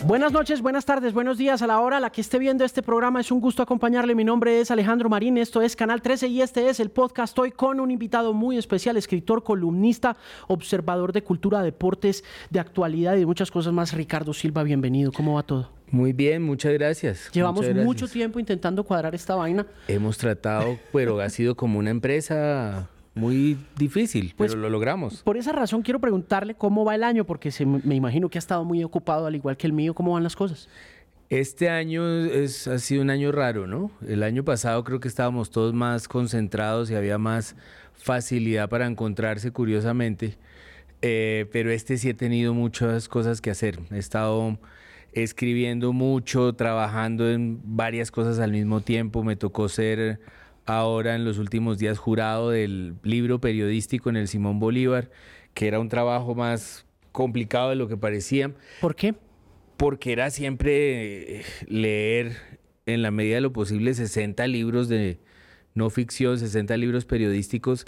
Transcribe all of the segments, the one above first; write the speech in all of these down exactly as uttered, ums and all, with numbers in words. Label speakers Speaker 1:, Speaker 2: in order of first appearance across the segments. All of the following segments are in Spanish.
Speaker 1: Buenas noches, buenas tardes, buenos días a la hora a la que esté viendo este programa. Es un gusto acompañarle. Mi nombre es Alejandro Marín, esto es Canal trece y este es el podcast hoy con un invitado muy especial, escritor, columnista, observador de cultura, deportes, de actualidad y de muchas cosas más. Ricardo Silva, bienvenido. ¿Cómo va todo?
Speaker 2: Muy bien, muchas gracias.
Speaker 1: Llevamos
Speaker 2: muchas gracias.
Speaker 1: mucho tiempo intentando cuadrar esta vaina.
Speaker 2: Hemos tratado, pero ha sido como una empresa muy difícil,
Speaker 1: Pues,
Speaker 2: pero lo logramos.
Speaker 1: Por esa razón quiero preguntarle cómo va el año, porque se, me imagino que ha estado muy ocupado, al igual que el mío. ¿Cómo van las cosas?
Speaker 2: Este año es, ha sido un año raro, ¿no? El año pasado creo que estábamos todos más concentrados y había más facilidad para encontrarse, curiosamente. Eh, pero este sí he tenido muchas cosas que hacer. He estado escribiendo mucho, trabajando en varias cosas al mismo tiempo. Me tocó ser ahora en los últimos días jurado del libro periodístico en el Simón Bolívar, que era un trabajo más complicado de lo que parecía.
Speaker 1: ¿Por qué?
Speaker 2: Porque era siempre leer en la medida de lo posible sesenta libros de no ficción, sesenta libros periodísticos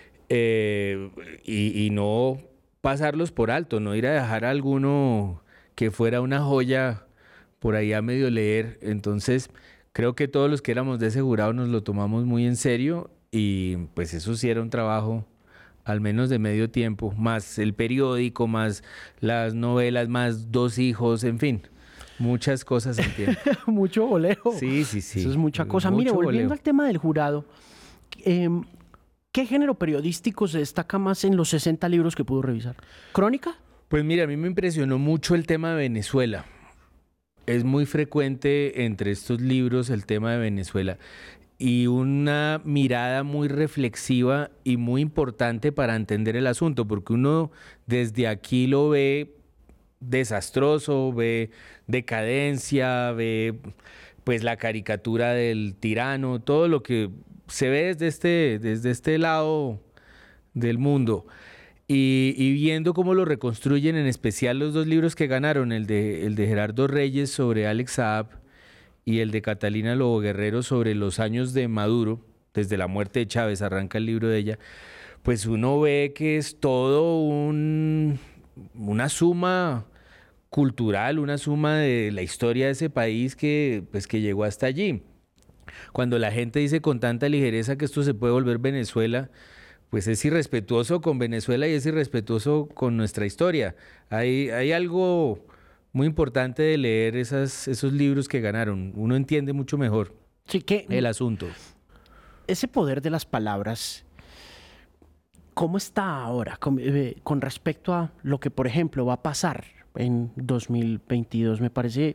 Speaker 2: eh, y, y no pasarlos por alto, no ir a dejar a alguno que fuera una joya por ahí a medio leer. Entonces creo que todos los que éramos de ese jurado nos lo tomamos muy en serio y pues eso sí era un trabajo al menos de medio tiempo, más el periódico, más las novelas, más dos hijos, en fin, muchas cosas en tiempo.
Speaker 1: Mucho boleo.
Speaker 2: Sí, sí, sí.
Speaker 1: Eso es mucha cosa.
Speaker 2: Mucho
Speaker 1: Mire, volviendo
Speaker 2: boleo.
Speaker 1: al tema del jurado, eh, ¿qué género periodístico se destaca más en los sesenta libros que pudo revisar? ¿Crónica?
Speaker 2: Pues mira, a mí me impresionó mucho el tema de Venezuela. Es muy frecuente entre estos libros el tema de Venezuela y una mirada muy reflexiva y muy importante para entender el asunto, porque uno desde aquí lo ve desastroso, ve decadencia, ve pues la caricatura del tirano, todo lo que se ve desde este, desde este lado del mundo. Y, y viendo cómo lo reconstruyen, en especial los dos libros que ganaron, el de, el de Gerardo Reyes sobre Alex Saab y el de Catalina Lobo Guerrero sobre los años de Maduro, desde la muerte de Chávez, arranca el libro de ella, pues uno ve que es todo un, una suma cultural, una suma de la historia de ese país que, pues, que llegó hasta allí. Cuando la gente dice con tanta ligereza que esto se puede volver Venezuela, pues es irrespetuoso con Venezuela y es irrespetuoso con nuestra historia. Hay, hay algo muy importante de leer esas, esos libros que ganaron. Uno entiende mucho mejor
Speaker 1: Sí, que
Speaker 2: el asunto.
Speaker 1: ese poder de las palabras, ¿cómo está ahora con, eh, con respecto a lo que, por ejemplo, va a pasar en dos mil veintidós? Me parece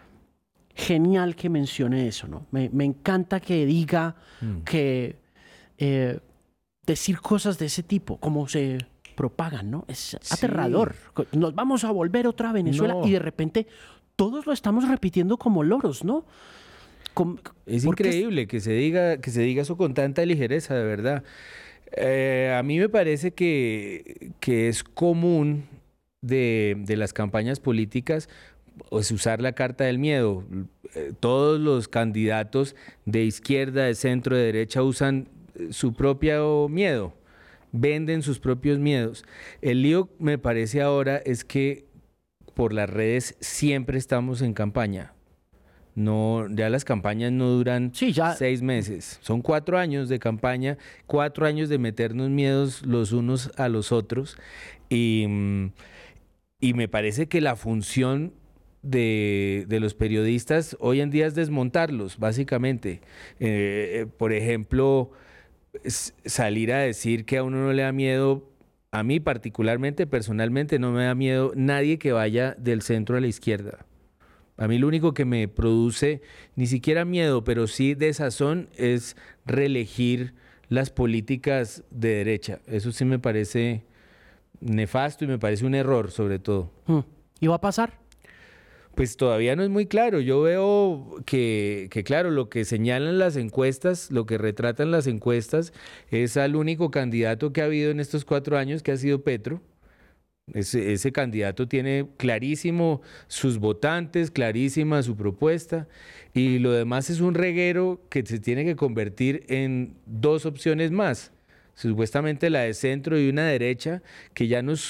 Speaker 1: genial que mencione eso, ¿no? Me, me encanta que diga
Speaker 2: Mm.
Speaker 1: que eh, decir cosas de ese tipo, como se propagan, ¿no? Es
Speaker 2: Sí.
Speaker 1: aterrador. Nos vamos a volver otra Venezuela
Speaker 2: No.
Speaker 1: y de repente todos lo estamos repitiendo como loros, ¿no? Com-
Speaker 2: Es
Speaker 1: porque
Speaker 2: increíble que se diga, que se diga eso con tanta ligereza, de verdad. Eh, a mí me parece que, que es común de, de las campañas políticas pues, usar la carta del miedo. Eh, Todos los candidatos de izquierda, de centro, de derecha usan eh, su propio miedo, venden sus propios miedos. El lío, me parece ahora, es que por las redes siempre estamos en campaña. No, ya las campañas no duran
Speaker 1: Sí, ya-
Speaker 2: seis meses, son cuatro años de campaña, cuatro años de meternos miedos los unos a los otros y, mm, y me parece que la función de, de los periodistas hoy en día es desmontarlos, básicamente. Eh, eh, por ejemplo, s- salir a decir que a uno no le da miedo, a mí particularmente, personalmente, no me da miedo nadie que vaya del centro a la izquierda. A mí lo único que me produce, ni siquiera miedo, pero sí desazón, es reelegir las políticas de derecha. Eso sí me parece nefasto y me parece un error, sobre todo.
Speaker 1: Mm. ¿Y va a pasar?
Speaker 2: Pues todavía no es muy claro. Yo veo que, que, claro, lo que señalan las encuestas, lo que retratan las encuestas, es al único candidato que ha habido en estos cuatro años, que ha sido Petro. Ese, ese candidato tiene clarísimo sus votantes, clarísima su propuesta, y lo demás es un reguero que se tiene que convertir en dos opciones más, supuestamente la de centro y una derecha, que ya nos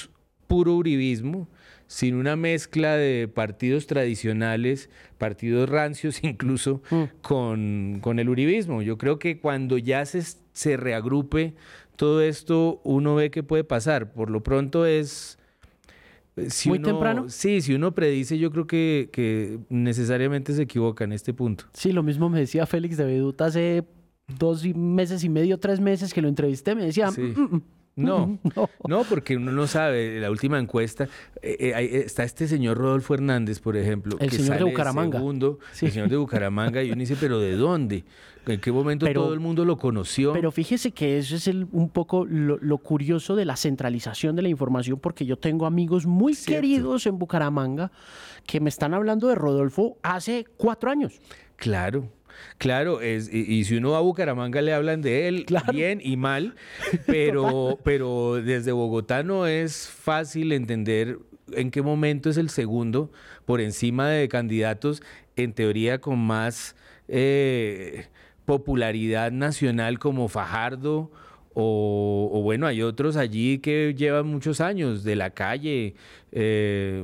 Speaker 2: puro uribismo, sin una mezcla de partidos tradicionales, partidos rancios incluso, mm. con, con el uribismo. Yo creo que cuando ya se, se reagrupe todo esto, uno ve qué puede pasar. Por lo pronto es... Si
Speaker 1: ¿Muy
Speaker 2: uno,
Speaker 1: temprano?
Speaker 2: Sí, si uno predice, yo creo que, que necesariamente se equivoca en este punto.
Speaker 1: Sí, lo mismo me decía Félix de Veduta hace dos meses y medio, tres meses que lo entrevisté. Me decía...
Speaker 2: Sí.
Speaker 1: Mm, mm,
Speaker 2: No,
Speaker 1: no,
Speaker 2: no, porque uno no sabe. La última encuesta, eh, eh, está este señor Rodolfo Hernández, por ejemplo,
Speaker 1: el
Speaker 2: que
Speaker 1: señor
Speaker 2: sale
Speaker 1: de Bucaramanga.
Speaker 2: Segundo, sí. El señor de Bucaramanga, y uno dice, ¿pero de dónde? ¿En qué momento pero, todo el mundo lo conoció?
Speaker 1: Pero fíjese que eso es el, un poco lo, lo curioso de la centralización de la información, porque yo tengo amigos muy Cierto. queridos en Bucaramanga que me están hablando de Rodolfo hace cuatro años.
Speaker 2: Claro. Claro, es, y, y si uno va a Bucaramanga le hablan de él claro. bien y mal, pero, pero desde Bogotá no es fácil entender en qué momento es el segundo por encima de candidatos en teoría con más eh, popularidad nacional como Fajardo o, o bueno, hay otros allí que llevan muchos años, de la calle, eh,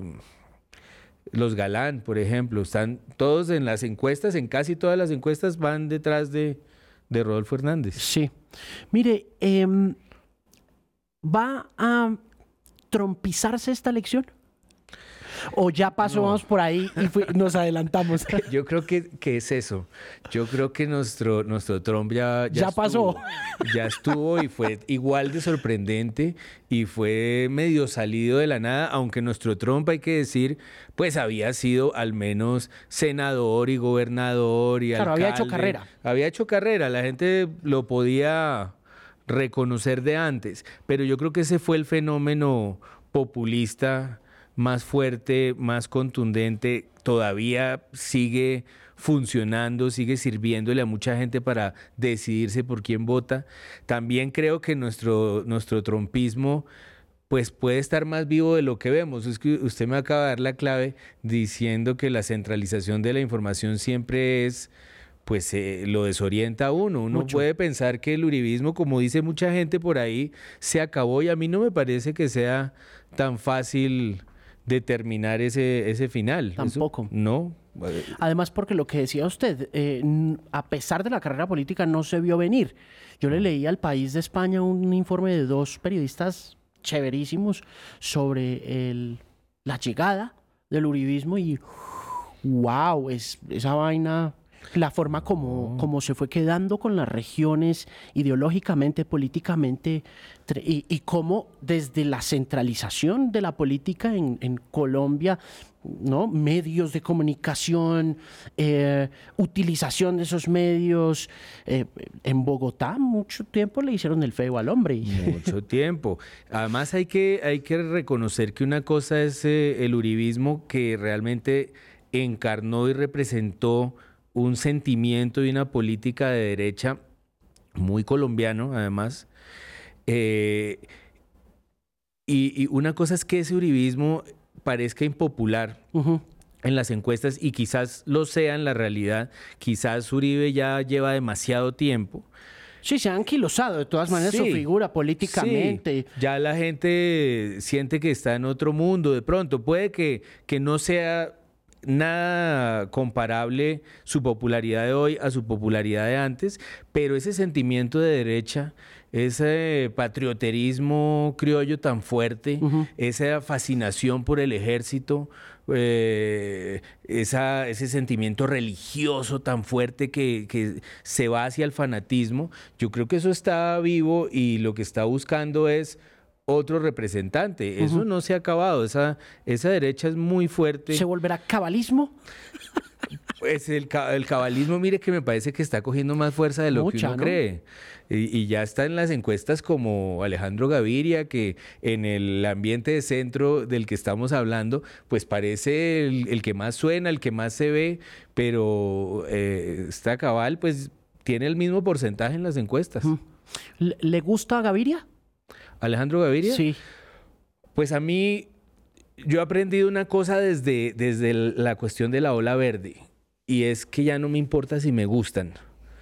Speaker 2: los Galán, por ejemplo, están todos en las encuestas, en casi todas las encuestas van detrás de, de Rodolfo Hernández.
Speaker 1: Sí. Mire, eh, ¿va a trompizarse esta elección? ¿O ya pasó, no. vamos por ahí y fue, nos adelantamos?
Speaker 2: Yo creo que, que es eso. Yo creo que nuestro, nuestro Trump ya,
Speaker 1: ya, ya pasó.
Speaker 2: Ya estuvo y fue igual de sorprendente y fue medio salido de la nada, aunque nuestro Trump, hay que decir, pues había sido al menos senador y gobernador y
Speaker 1: claro,
Speaker 2: alcalde.
Speaker 1: había hecho carrera.
Speaker 2: Había hecho carrera, la gente lo podía reconocer de antes, pero yo creo que ese fue el fenómeno populista más fuerte, más contundente, todavía sigue funcionando, sigue sirviéndole a mucha gente para decidirse por quién vota. También creo que nuestro, nuestro trumpismo pues puede estar más vivo de lo que vemos. Es que usted me acaba de dar la clave diciendo que la centralización de la información siempre es... pues eh, lo desorienta a uno. Uno Mucho. puede pensar que el uribismo, como dice mucha gente por ahí, se acabó, y a mí no me parece que sea tan fácil determinar ese, ese final.
Speaker 1: Tampoco.
Speaker 2: Eso, no.
Speaker 1: Además, porque lo que decía usted, eh, a pesar de la carrera política, no se vio venir. Yo le leí al País de España un informe de dos periodistas chéverísimos sobre el, la llegada del uribismo y wow, es, esa vaina... La forma como, como se fue quedando con las regiones ideológicamente, políticamente, y, y cómo desde la centralización de la política en, en Colombia, ¿no? Medios de comunicación, eh, utilización de esos medios. Eh, en Bogotá mucho tiempo le hicieron el feo al hombre.
Speaker 2: Mucho tiempo. Además hay que, hay que reconocer que una cosa es eh, el uribismo, que realmente encarnó y representó un sentimiento y una política de derecha muy colombiano, además. Eh, y, y una cosa es que ese uribismo parezca impopular uh-huh. en las encuestas, y quizás lo sea en la realidad. Quizás Uribe ya lleva demasiado tiempo.
Speaker 1: Sí, se ha anquilosado de todas maneras sí, su figura políticamente.
Speaker 2: Sí. Ya la gente siente que está en otro mundo de pronto. Puede que, que no sea nada comparable su popularidad de hoy a su popularidad de antes, pero ese sentimiento de derecha, ese patrioterismo criollo tan fuerte, uh-huh. esa fascinación por el ejército, eh, esa, ese sentimiento religioso tan fuerte que, que se va hacia el fanatismo, yo creo que eso está vivo, y lo que está buscando es otro representante. Eso uh-huh. no se ha acabado. Esa, esa derecha es muy fuerte.
Speaker 1: ¿Se volverá cabalismo?
Speaker 2: Pues el, el cabalismo, mire que me parece que está cogiendo más fuerza de lo Mucha, que uno ¿no? cree. Y, y ya está en las encuestas como Alejandro Gaviria, que en el ambiente de centro del que estamos hablando, pues parece el, el que más suena, el que más se ve, pero eh, esta cabal pues tiene el mismo porcentaje en las encuestas. Uh-huh.
Speaker 1: ¿Le gusta Gaviria?
Speaker 2: ¿Alejandro Gaviria?
Speaker 1: Sí.
Speaker 2: Pues a mí, yo he aprendido una cosa desde, desde la cuestión de la ola verde, y es que ya no me importa si me gustan.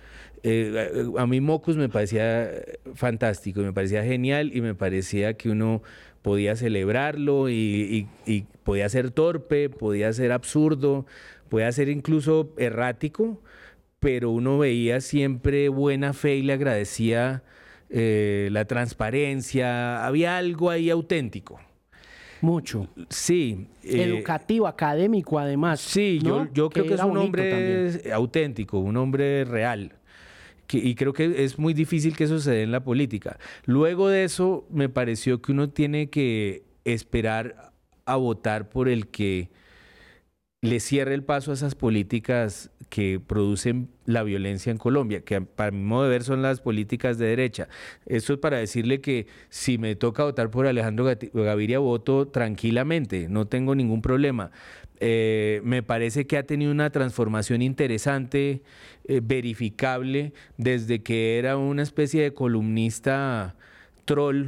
Speaker 2: Eh, a, a mí Mocus me parecía fantástico, me parecía genial y me parecía que uno podía celebrarlo y, y, y podía ser torpe, podía ser absurdo, podía ser incluso errático, pero uno veía siempre buena fe y le agradecía eh, la transparencia, había algo ahí auténtico.
Speaker 1: Mucho.
Speaker 2: Sí.
Speaker 1: Eh, Educativo, académico además.
Speaker 2: Sí,
Speaker 1: ¿no?
Speaker 2: yo, yo creo que, que es un hombre
Speaker 1: también.
Speaker 2: auténtico, un hombre real. Que, y creo que es muy difícil que eso se dé en la política. Luego de eso, me pareció que uno tiene que esperar a votar por el que le cierre el paso a esas políticas que producen la violencia en Colombia, que para mi modo de ver son las políticas de derecha. Esto es para decirle que si me toca votar por Alejandro Gaviria, voto tranquilamente, no tengo ningún problema. Eh, me parece que ha tenido una transformación interesante, eh, verificable, desde que era una especie de columnista troll,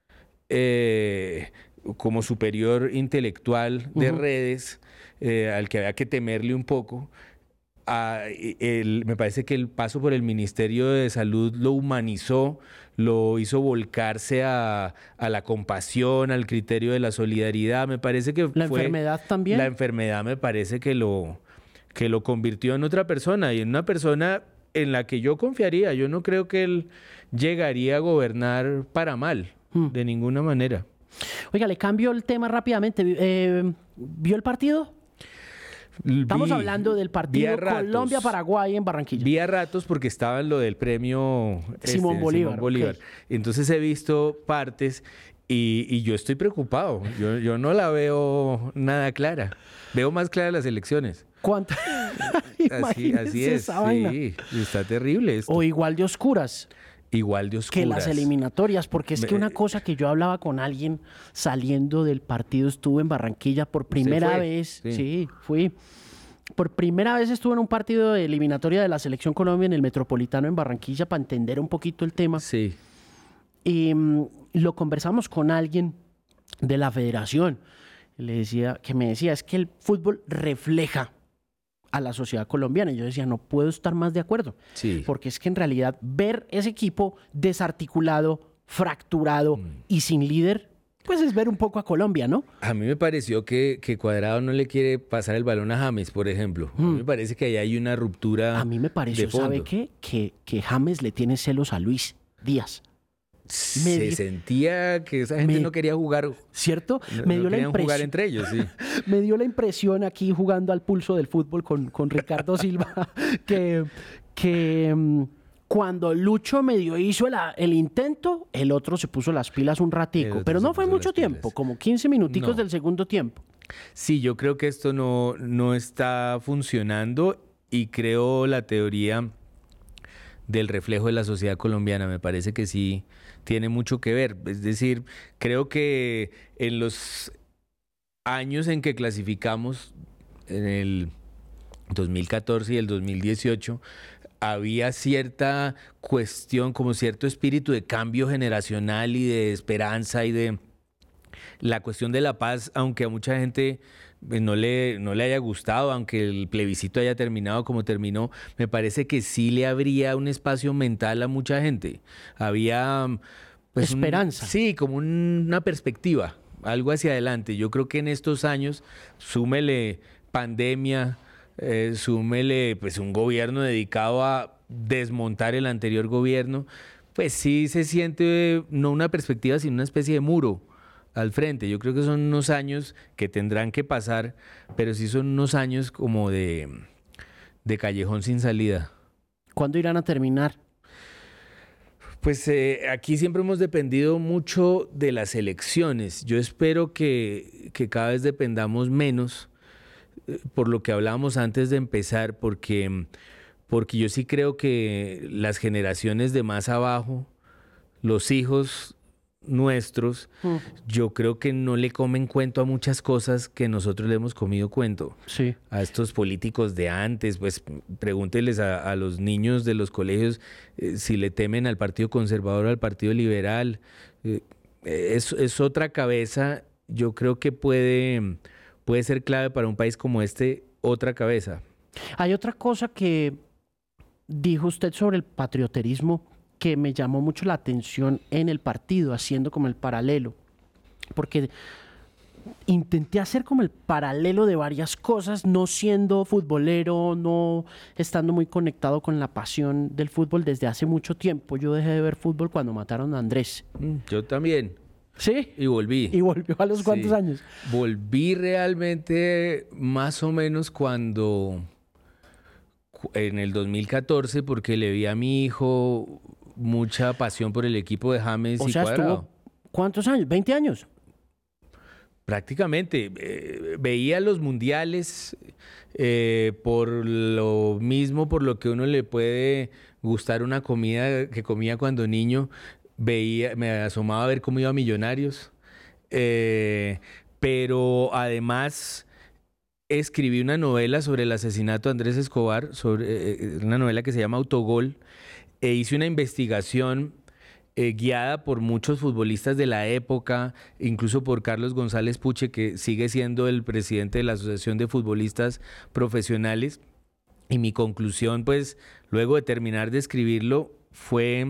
Speaker 2: eh, como superior intelectual de uh-huh. redes, eh, al que había que temerle un poco. Ah, el, me parece que el paso por el Ministerio de Salud lo humanizó, lo hizo volcarse a, a la compasión, al criterio de la solidaridad. Me parece que
Speaker 1: la
Speaker 2: fue,
Speaker 1: enfermedad también.
Speaker 2: La enfermedad me parece que lo, que lo convirtió en otra persona y en una persona en la que yo confiaría. Yo no creo que él llegaría a gobernar para mal, hmm. de ninguna manera.
Speaker 1: Oiga, le cambio el tema rápidamente. Eh, ¿Vio el partido? Estamos
Speaker 2: vi,
Speaker 1: hablando del partido Colombia-Paraguay en Barranquilla.
Speaker 2: Vi a ratos porque estaba en lo del premio
Speaker 1: Simón
Speaker 2: este,
Speaker 1: Bolívar.
Speaker 2: Simón Bolívar.
Speaker 1: Okay.
Speaker 2: Entonces he visto partes y, y yo estoy preocupado. Yo, yo no la veo nada clara. Veo más claras las elecciones.
Speaker 1: ¿Cuánto?
Speaker 2: así, así es.
Speaker 1: Esa vaina.
Speaker 2: Sí, está terrible esto.
Speaker 1: O igual de oscuras.
Speaker 2: Igual de oscuras.
Speaker 1: Que las eliminatorias, porque es que una cosa que yo hablaba con alguien saliendo del partido, estuve en Barranquilla por primera vez, sí. sí, fui, por primera vez estuve en un partido de eliminatoria de la Selección Colombia en el Metropolitano en Barranquilla para entender un poquito el tema.
Speaker 2: Sí.
Speaker 1: Y um, lo conversamos con alguien de la federación, le decía, que me decía, es que el fútbol refleja a la sociedad colombiana. Y yo decía, no puedo estar más de acuerdo.
Speaker 2: Sí.
Speaker 1: Porque es que en realidad ver ese equipo desarticulado, fracturado mm. y sin líder, pues es ver un poco a Colombia, ¿no?
Speaker 2: A mí me pareció que, que Cuadrado no le quiere pasar el balón a James, por ejemplo. Mm. A mí me parece que ahí hay una ruptura.
Speaker 1: A mí me pareció, ¿sabe qué? Que, que James le tiene celos a Luis Díaz.
Speaker 2: Se me, sentía que esa gente me, no quería jugar.
Speaker 1: ¿Cierto?
Speaker 2: No,
Speaker 1: me dio
Speaker 2: no
Speaker 1: la impresión.
Speaker 2: jugar entre ellos, sí.
Speaker 1: Me dio la impresión aquí jugando al pulso del fútbol con, con Ricardo Silva que, que um, cuando Lucho medio hizo el, el intento, el otro se puso las pilas un ratico. Pero no fue mucho tiempo, como quince minuticos no. del segundo tiempo.
Speaker 2: Sí, yo creo que esto no, no está funcionando y creo la teoría del reflejo de la sociedad colombiana. Me parece que sí tiene mucho que ver. Es decir, creo que en los años en que clasificamos, en el dos mil catorce y el dos mil dieciocho, había cierta cuestión, como cierto espíritu de cambio generacional y de esperanza y de la cuestión de la paz, aunque a mucha gente no le, no le haya gustado, aunque el plebiscito haya terminado como terminó, me parece que sí le abría un espacio mental a mucha gente. Había pues,
Speaker 1: esperanza.
Speaker 2: Un, sí, como un, una perspectiva, algo hacia adelante. Yo creo que en estos años, súmele pandemia, eh, súmele pues, un gobierno dedicado a desmontar el anterior gobierno, pues sí se siente no una perspectiva, sino una especie de muro al frente. Yo creo que son unos años que tendrán que pasar, pero sí son unos años como de, de callejón sin salida.
Speaker 1: ¿Cuándo irán a terminar?
Speaker 2: Pues eh, aquí siempre hemos dependido mucho de las elecciones. Yo espero que, que cada vez dependamos menos, eh, por lo que hablábamos antes de empezar, porque, porque yo sí creo que las generaciones de más abajo, los hijos nuestros, mm. yo creo que no le comen cuento a muchas cosas que nosotros le hemos comido cuento.
Speaker 1: Sí.
Speaker 2: A estos políticos de antes, pues pregúnteles a, a los niños de los colegios eh, si le temen al Partido Conservador o al Partido Liberal. Eh, es, es otra cabeza. Yo creo que puede, puede ser clave para un país como este, otra cabeza.
Speaker 1: Hay otra cosa que dijo usted sobre el patrioterismo que me llamó mucho la atención en el partido, haciendo como el paralelo, porque intenté hacer como el paralelo de varias cosas, no siendo futbolero, no estando muy conectado con la pasión del fútbol desde hace mucho tiempo. Yo dejé de ver fútbol cuando mataron a Andrés.
Speaker 2: Yo también.
Speaker 1: ¿Sí?
Speaker 2: Y volví.
Speaker 1: ¿Y volvió a los cuántos
Speaker 2: Sí.
Speaker 1: años?
Speaker 2: Volví realmente más o menos cuando, cu- en el dos mil catorce, porque le vi a mi hijo mucha pasión por el equipo de James
Speaker 1: O
Speaker 2: y
Speaker 1: sea,
Speaker 2: Cuadrado.
Speaker 1: estuvo, ¿cuántos años? ¿veinte años?
Speaker 2: Prácticamente. Eh, veía los mundiales eh, por lo mismo, por lo que uno le puede gustar una comida que comía cuando niño. Veía, me asomaba a ver cómo iba Millonarios. Eh, pero además escribí una novela sobre el asesinato de Andrés Escobar, sobre, eh, una novela que se llama Autogol, e hice una investigación eh, guiada por muchos futbolistas de la época, incluso por Carlos González Puche, que sigue siendo el presidente de la Asociación de Futbolistas Profesionales. Y mi conclusión, pues, luego de terminar de escribirlo, fue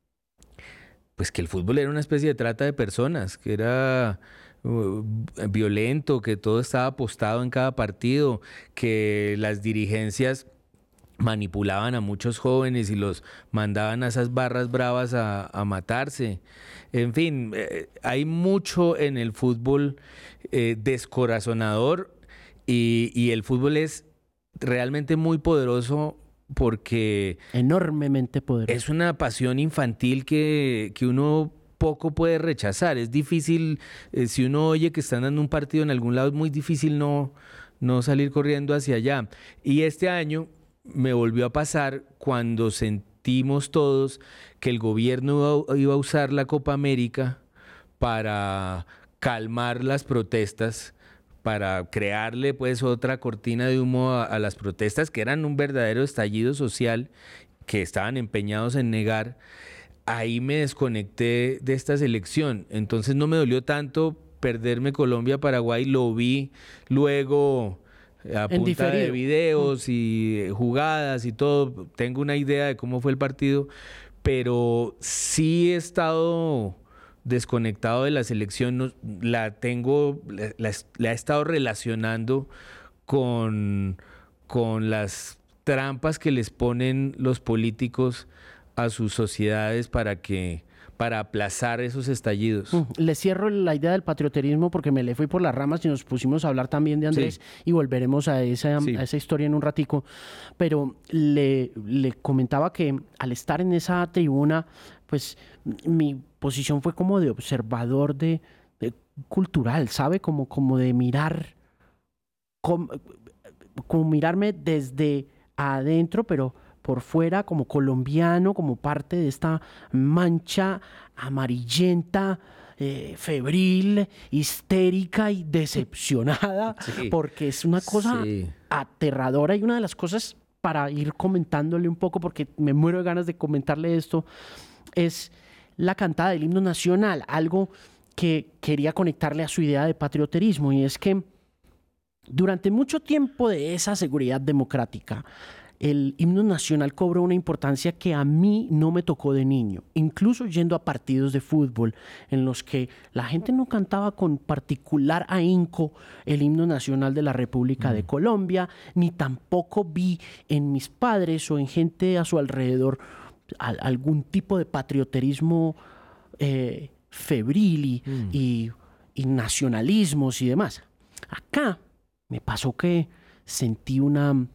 Speaker 2: pues que el fútbol era una especie de trata de personas, que era uh, violento, que todo estaba apostado en cada partido, que las dirigencias manipulaban a muchos jóvenes y los mandaban a esas barras bravas a, a matarse. En fin, eh, hay mucho en el fútbol eh, descorazonador y, y el fútbol es realmente muy poderoso porque
Speaker 1: Enormemente poderoso.
Speaker 2: es una pasión infantil que, que uno poco puede rechazar. Es difícil, eh, si uno oye que están dando un partido en algún lado, es muy difícil no, no salir corriendo hacia allá. Y este año me volvió a pasar cuando sentimos todos que el gobierno iba, iba a usar la Copa América para calmar las protestas, para crearle pues otra cortina de humo a, a las protestas que eran un verdadero estallido social que estaban empeñados en negar. Ahí me desconecté de esta selección, entonces no me dolió tanto perderme Colombia-Paraguay, lo vi luego a
Speaker 1: En
Speaker 2: punta de
Speaker 1: diferido.
Speaker 2: videos y eh, jugadas y todo, tengo una idea de cómo fue el partido, pero sí he estado desconectado de la selección, no- la tengo, la, la- la he estado relacionando con, con las trampas que les ponen los políticos a sus sociedades para que, para aplazar esos estallidos.
Speaker 1: Mm, Le cierro la idea del patrioterismo porque me le fui por las ramas y nos pusimos a hablar también de Andrés
Speaker 2: Sí.
Speaker 1: y volveremos a esa,
Speaker 2: Sí.
Speaker 1: a esa historia en un ratico. Pero le, le comentaba que al estar en esa tribuna, pues m- mi posición fue como de observador de, de cultural, ¿sabe? Como, como de mirar, como, como mirarme desde adentro, pero por fuera como colombiano, como parte de esta mancha amarillenta, eh, febril, histérica y decepcionada,
Speaker 2: Sí.
Speaker 1: porque es una cosa
Speaker 2: Sí.
Speaker 1: aterradora y una de las cosas para ir comentándole un poco, porque me muero de ganas de comentarle esto, es la cantada del himno nacional, algo que quería conectarle a su idea de patrioterismo, y es que durante mucho tiempo de esa seguridad democrática, el himno nacional cobró una importancia que a mí no me tocó de niño, incluso yendo a partidos de fútbol en los que la gente no cantaba con particular ahínco el himno nacional de la República de Colombia, ni tampoco vi en mis padres o en gente a su alrededor al- algún tipo de patrioterismo eh, febril y, y- y nacionalismos y demás. Acá me pasó que sentí una,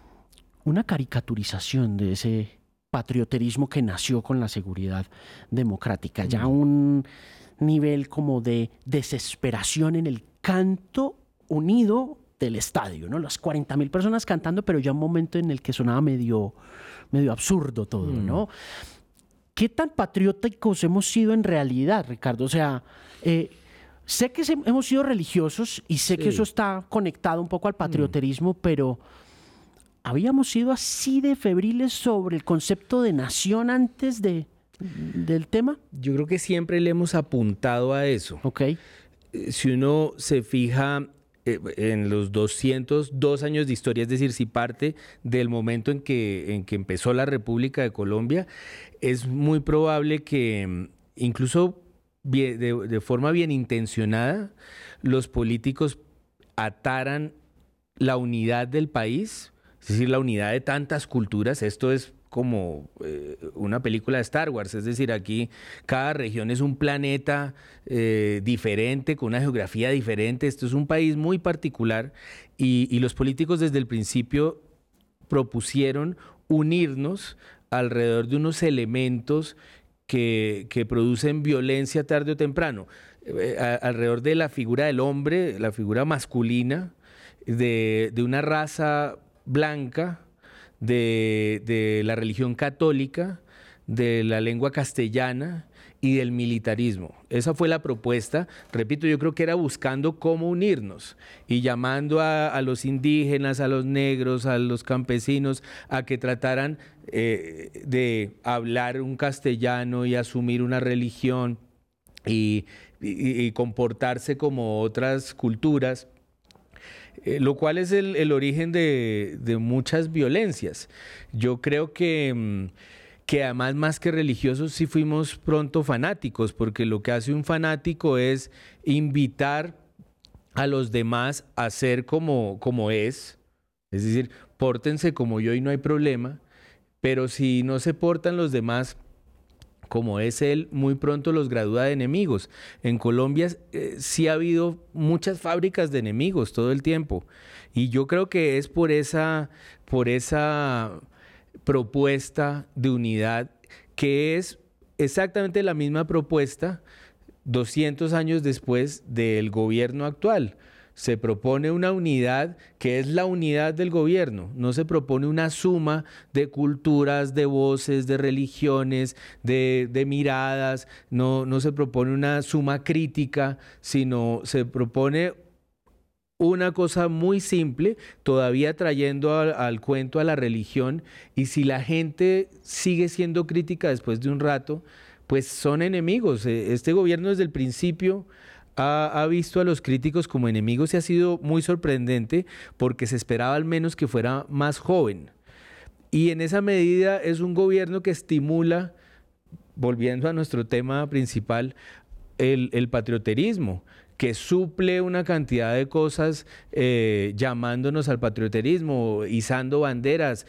Speaker 1: una caricaturización de ese patrioterismo que nació con la seguridad democrática, ya un nivel como de desesperación en el canto unido del estadio, ¿no? Las cuarenta mil personas cantando, pero ya un momento en el que sonaba medio, medio absurdo todo, ¿no? ¿Qué tan patrióticos hemos sido en realidad, Ricardo? O sea, eh, sé que se- hemos sido religiosos y sé que
Speaker 2: Sí.
Speaker 1: eso está conectado un poco al patrioterismo, pero ¿habíamos sido así de febriles sobre el concepto de nación antes de, del tema?
Speaker 2: Yo creo que siempre le hemos apuntado a eso.
Speaker 1: Ok.
Speaker 2: Eh, Si uno se fija eh, en los doscientos dos años de historia, es decir, si parte del momento en que, en que empezó la República de Colombia, es muy probable que incluso bien, de, de forma bien intencionada los políticos ataran la unidad del país, es decir, la unidad de tantas culturas. Esto es como eh, una película de Star Wars, es decir, aquí cada región es un planeta eh, diferente, con una geografía diferente. Esto es un país muy particular y, y los políticos desde el principio propusieron unirnos alrededor de unos elementos que, que producen violencia tarde o temprano, eh, a, alrededor de la figura del hombre, la figura masculina, de, de una raza blanca, de, de la religión católica, de la lengua castellana y del militarismo. Esa fue la propuesta. Repito, yo creo que era buscando cómo unirnos y llamando a, a los indígenas, a los negros, a los campesinos, a que trataran eh, de hablar un castellano y asumir una religión y, y, y comportarse como otras culturas. Eh, lo cual es el, el origen de, de muchas violencias. Yo creo que, que además, más que religiosos, sí fuimos pronto fanáticos, porque lo que hace un fanático es invitar a los demás a ser como, como es, es decir, pórtense como yo y no hay problema, pero si no se portan los demás como es él, muy pronto los gradúa de enemigos. En Colombia eh, sí ha habido muchas fábricas de enemigos todo el tiempo. Y yo creo que es por esa, por esa propuesta de unidad, que es exactamente la misma propuesta doscientos años después del gobierno actual. Se propone una unidad que es la unidad del gobierno, no se propone una suma de culturas, de voces, de religiones, de, de miradas, no, no se propone una suma crítica, sino se propone una cosa muy simple, todavía trayendo al, al cuento a la religión, y si la gente sigue siendo crítica después de un rato, pues son enemigos. Este gobierno desde el principio Ha, ha visto a los críticos como enemigos y ha sido muy sorprendente porque se esperaba al menos que fuera más joven. Y en esa medida es un gobierno que estimula, volviendo a nuestro tema principal, el, el patrioterismo, que suple una cantidad de cosas eh, llamándonos al patrioterismo, izando banderas,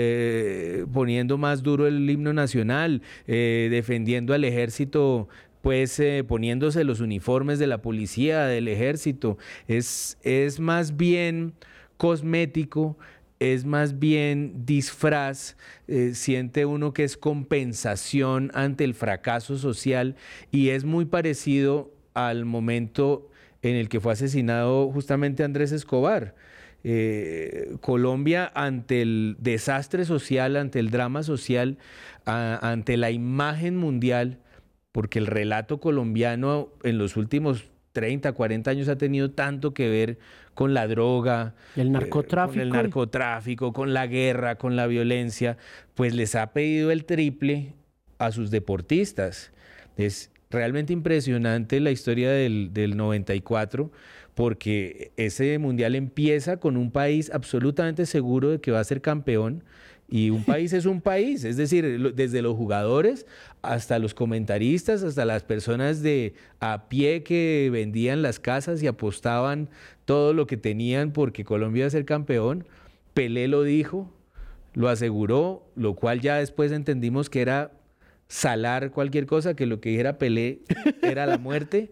Speaker 2: eh, poniendo más duro el himno nacional, eh, defendiendo al ejército, pues eh, poniéndose los uniformes de la policía, del ejército. Es, es más bien cosmético, es más bien disfraz, eh, siente uno que es compensación ante el fracaso social y es muy parecido al momento en el que fue asesinado justamente Andrés Escobar. Eh, Colombia, ante el desastre social, ante el drama social, a, ante la imagen mundial, porque el relato colombiano en los últimos treinta, cuarenta años ha tenido tanto que ver con la droga,
Speaker 1: el narcotráfico,
Speaker 2: eh, con el narcotráfico, con la guerra, con la violencia, pues les ha pedido el triple a sus deportistas. Es realmente impresionante la historia del, del noventa y cuatro, porque ese mundial empieza con un país absolutamente seguro de que va a ser campeón. Y un país es un país, es decir, desde los jugadores hasta los comentaristas, hasta las personas de a pie que vendían las casas y apostaban todo lo que tenían porque Colombia iba a ser campeón. Pelé lo dijo, lo aseguró, lo cual ya después entendimos que era salar cualquier cosa, que lo que dijera Pelé era la muerte.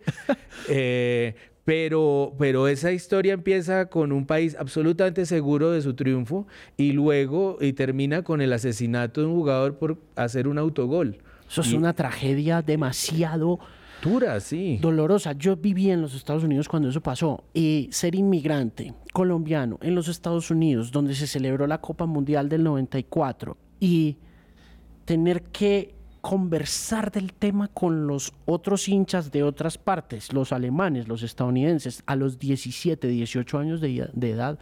Speaker 2: Eh, Pero, pero esa historia empieza con un país absolutamente seguro de su triunfo y luego y termina con el asesinato de un jugador por hacer un autogol.
Speaker 1: Eso es
Speaker 2: y,
Speaker 1: una tragedia demasiado
Speaker 2: dura, sí.
Speaker 1: dolorosa. Yo viví en los Estados Unidos cuando eso pasó y ser inmigrante colombiano en los Estados Unidos, donde se celebró la Copa Mundial del noventa y cuatro, y tener que conversar del tema con los otros hinchas de otras partes, los alemanes, los estadounidenses, a los diecisiete, dieciocho años de, de edad,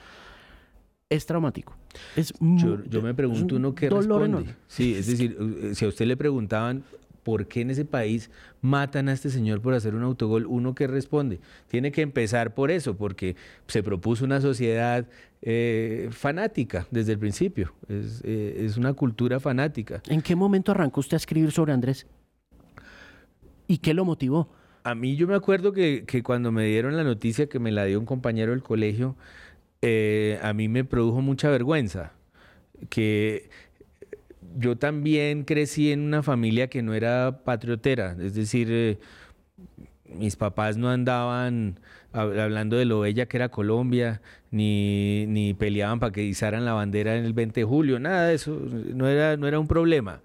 Speaker 1: es traumático. Es
Speaker 2: yo, yo me pregunto uno qué responde.
Speaker 1: Enorme.
Speaker 2: Sí, es decir, si a usted le preguntaban ¿por qué en ese país matan a este señor por hacer un autogol? ¿Uno qué responde? Tiene que empezar por eso, porque se propuso una sociedad eh, fanática desde el principio. Es, eh, es una cultura fanática.
Speaker 1: ¿En qué momento arrancó usted a escribir sobre Andrés? ¿Y qué lo motivó?
Speaker 2: A mí yo me acuerdo que, que cuando me dieron la noticia, que me la dio un compañero del colegio, eh, a mí me produjo mucha vergüenza. Que yo también crecí en una familia que no era patriotera, es decir, eh, mis papás no andaban hab- hablando de lo bella que era Colombia, ni, ni peleaban para que izaran la bandera en el veinte de julio, nada de eso, no era, no era un problema.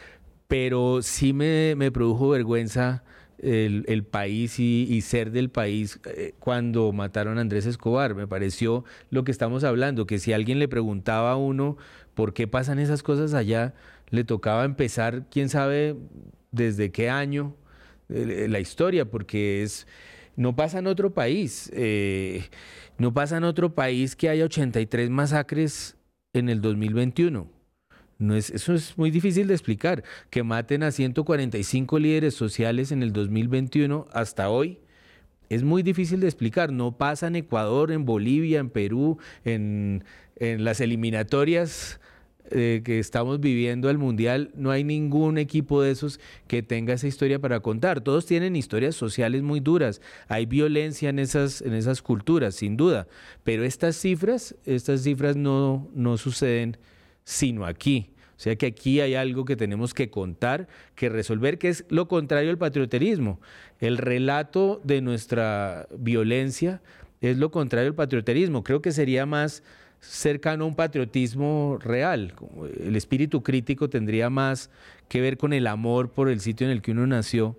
Speaker 2: Pero sí me, me produjo vergüenza el, el país y, y ser del país eh, cuando mataron a Andrés Escobar. Me pareció lo que estamos hablando, que si alguien le preguntaba a uno por qué pasan esas cosas allá, le tocaba empezar, quién sabe desde qué año, eh, la historia, porque es, no pasa en otro país. Eh, no pasa en otro país que haya ochenta y tres masacres en el dos mil veintiuno. No es, eso es muy difícil de explicar. Que maten a ciento cuarenta y cinco líderes sociales en el dos mil veintiuno hasta hoy es muy difícil de explicar. No pasa en Ecuador, en Bolivia, en Perú, en, en las eliminatorias eh, que estamos viviendo al Mundial. No hay ningún equipo de esos que tenga esa historia para contar. Todos tienen historias sociales muy duras. Hay violencia en esas, en esas culturas, sin duda. Pero estas cifras, estas cifras no, no suceden sino aquí. O sea que aquí hay algo que tenemos que contar, que resolver, que es lo contrario al patrioterismo. El relato de nuestra violencia es lo contrario al patrioterismo. Creo que sería más cercano a un patriotismo real. El espíritu crítico tendría más que ver con el amor por el sitio en el que uno nació,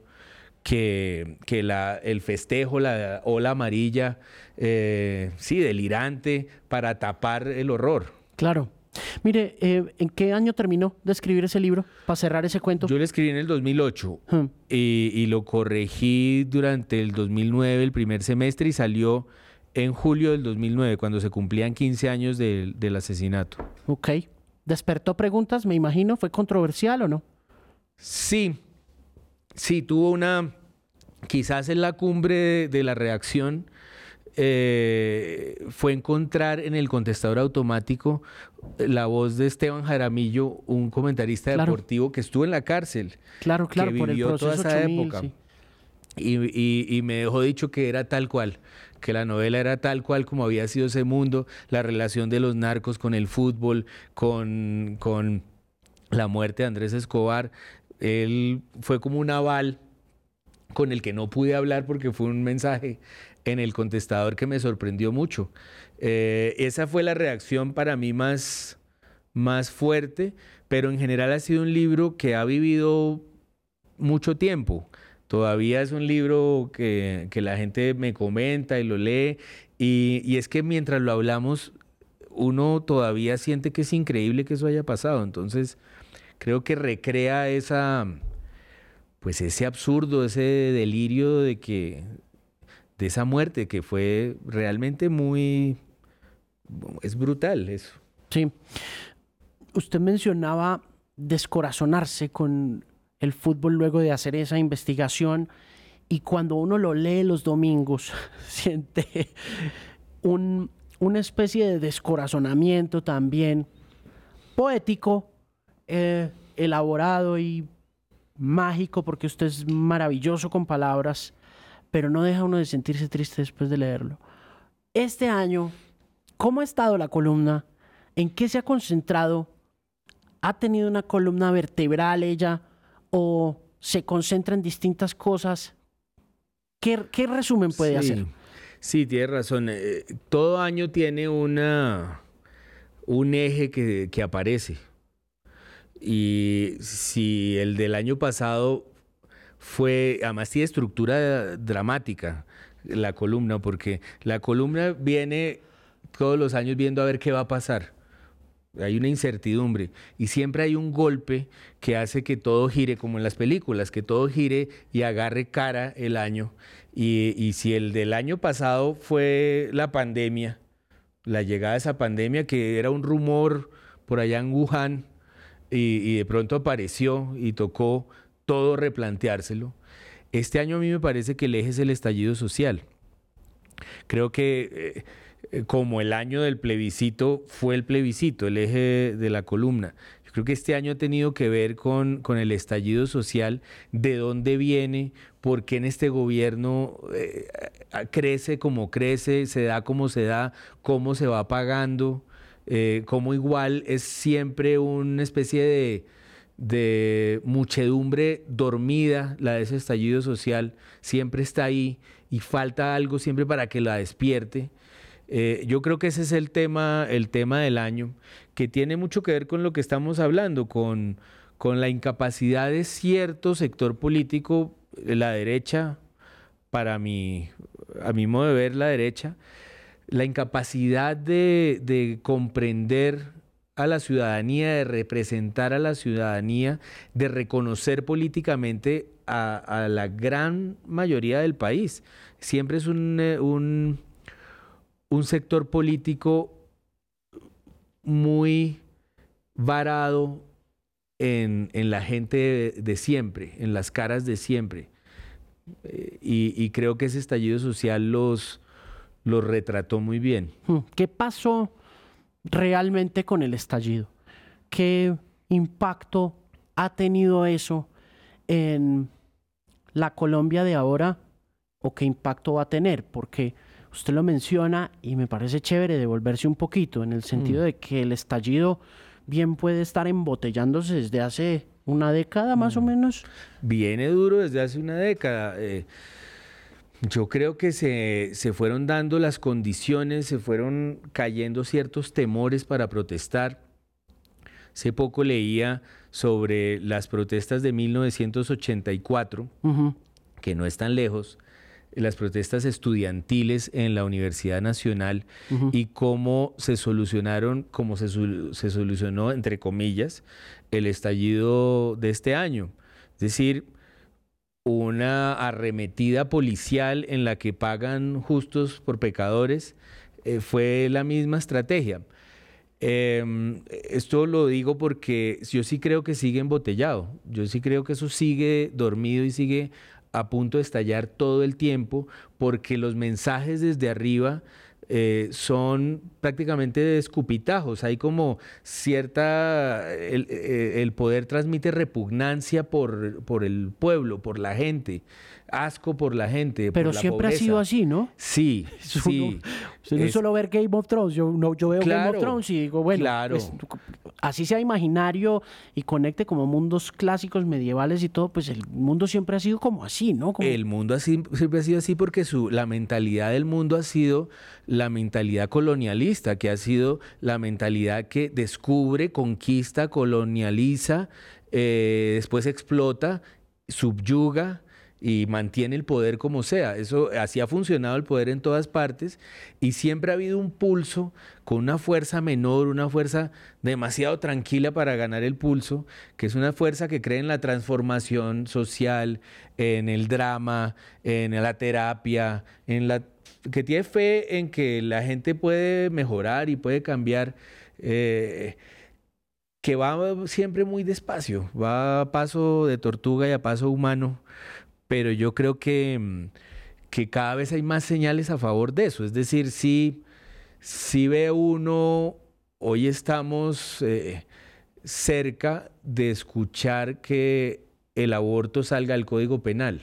Speaker 2: que, que la, el festejo, la ola amarilla, eh, sí, delirante, para tapar el horror.
Speaker 1: Claro. Mire, eh, ¿en qué año terminó de escribir ese libro para cerrar ese cuento?
Speaker 2: Yo lo escribí en el dos mil ocho
Speaker 1: Hmm.
Speaker 2: y, y lo corregí durante el dos mil nueve, el primer semestre, y salió en julio del dos mil nueve, cuando se cumplían quince años del, del asesinato.
Speaker 1: Ok. ¿Despertó preguntas, me imagino? ¿Fue controversial o no?
Speaker 2: Sí, sí, tuvo una, quizás en la cumbre de, de la reacción, eh, fue encontrar en el contestador automático la voz de Esteban Jaramillo, un comentarista
Speaker 1: Claro.
Speaker 2: deportivo que estuvo en la cárcel,
Speaker 1: Claro, claro,
Speaker 2: que
Speaker 1: por el
Speaker 2: vivió toda
Speaker 1: proceso
Speaker 2: esa
Speaker 1: ocho mil,
Speaker 2: época.
Speaker 1: sí.
Speaker 2: Y, y- y me dejó dicho que era tal cual, que la novela era tal cual como había sido ese mundo, la relación de los narcos con el fútbol, con, con la muerte de Andrés Escobar. Él fue como un aval con el que no pude hablar porque fue un mensaje en el contestador que me sorprendió mucho. Eh, esa fue la reacción para mí más, más fuerte, pero en general ha sido un libro que ha vivido mucho tiempo. Todavía es un libro que, que la gente me comenta y lo lee, y, y es que mientras lo hablamos, uno todavía siente que es increíble que eso haya pasado. Entonces, creo que recrea esa, pues ese absurdo, ese delirio de que, de esa muerte que fue realmente muy, es brutal eso.
Speaker 1: Sí. Usted mencionaba descorazonarse con el fútbol luego de hacer esa investigación, y cuando uno lo lee los domingos siente un, una especie de descorazonamiento también poético, eh, elaborado y mágico, porque usted es maravilloso con palabras, pero no deja uno de sentirse triste después de leerlo. Este año, ¿cómo ha estado la columna? ¿En qué se ha concentrado? ¿Ha tenido una columna vertebral ella o se concentra en distintas cosas? ¿Qué, qué resumen puede
Speaker 2: Sí,
Speaker 1: hacer?
Speaker 2: sí, tienes razón. Eh, todo año tiene una, un eje que, que aparece. Y si el del año pasado fue, además tiene estructura dramática la columna, porque la columna viene todos los años viendo a ver qué va a pasar. Hay una incertidumbre y siempre hay un golpe que hace que todo gire, como en las películas, que todo gire y agarre cara el año. Y, y si el del año pasado fue la pandemia, la llegada de esa pandemia, que era un rumor por allá en Wuhan, y, y de pronto apareció y tocó todo replanteárselo. Este año a mí me parece que el eje es el estallido social. Creo que eh, como el año del plebiscito fue el plebiscito, el eje de la columna. Yo creo que este año ha tenido que ver con, con el estallido social, de dónde viene, por qué en este gobierno eh, crece como crece, se da como se da, cómo se va pagando, eh, cómo igual es siempre una especie de, de muchedumbre dormida, la de ese estallido social, siempre está ahí y falta algo siempre para que la despierte. Eh, yo creo que ese es el tema, el tema del año, que tiene mucho que ver con lo que estamos hablando, con, con la incapacidad de cierto sector político, la derecha, para mi, a mi modo de ver la derecha, la incapacidad de, de comprender a la ciudadanía, de representar a la ciudadanía, de reconocer políticamente a, a la gran mayoría del país. Siempre es un... un un sector político muy varado en, en la gente de, de siempre, en las caras de siempre. Eh, y, y creo que ese estallido social los, los retrató muy bien.
Speaker 1: ¿Qué pasó realmente con el estallido? ¿Qué impacto ha tenido eso en la Colombia de ahora o qué impacto va a tener? Porque usted lo menciona y me parece chévere devolverse un poquito en el sentido mm. de que el estallido bien puede estar embotellándose desde hace una década más mm. o menos.
Speaker 2: Viene duro desde hace una década. Eh, yo creo que se, se fueron dando las condiciones, se fueron cayendo ciertos temores para protestar. Hace poco leía sobre las protestas de mil novecientos ochenta y cuatro, uh-huh. que no están lejos, las protestas estudiantiles en la Universidad Nacional uh-huh. y cómo se solucionaron, cómo se, se solucionó, entre comillas, el estallido de este año. Es decir, una arremetida policial en la que pagan justos por pecadores, eh, fue la misma estrategia. Eh, esto lo digo porque yo sí creo que sigue embotellado, yo sí creo que eso sigue dormido y sigue a punto de estallar todo el tiempo, porque los mensajes desde arriba eh, son prácticamente de escupitajos. Hay como cierta... El, el poder transmite repugnancia por, por el pueblo, por la gente, asco por la gente,
Speaker 1: pero
Speaker 2: por la
Speaker 1: siempre
Speaker 2: pobreza.
Speaker 1: Ha sido así, ¿no?
Speaker 2: Sí, sí.
Speaker 1: No, no es solo ver Game of Thrones, yo, no, yo veo claro, Game of Thrones y digo, bueno,
Speaker 2: claro.
Speaker 1: pues, así sea imaginario y conecte como mundos clásicos, medievales y todo, pues el mundo siempre ha sido como así, ¿no? Como...
Speaker 2: El mundo así, siempre ha sido así porque su, la mentalidad del mundo ha sido la mentalidad colonialista, que ha sido la mentalidad que descubre, conquista, colonializa, eh, después explota, subyuga y mantiene el poder como sea. Eso, así ha funcionado el poder en todas partes y siempre ha habido un pulso con una fuerza menor, una fuerza demasiado tranquila para ganar el pulso, que es una fuerza que cree en la transformación social, en el drama, en la terapia, en la, que tiene fe en que la gente puede mejorar y puede cambiar, eh, que va siempre muy despacio, va a paso de tortuga y a paso humano. Pero yo creo que, que cada vez hay más señales a favor de eso. Es decir, si, si ve uno, hoy estamos eh, cerca de escuchar que el aborto salga del Código Penal.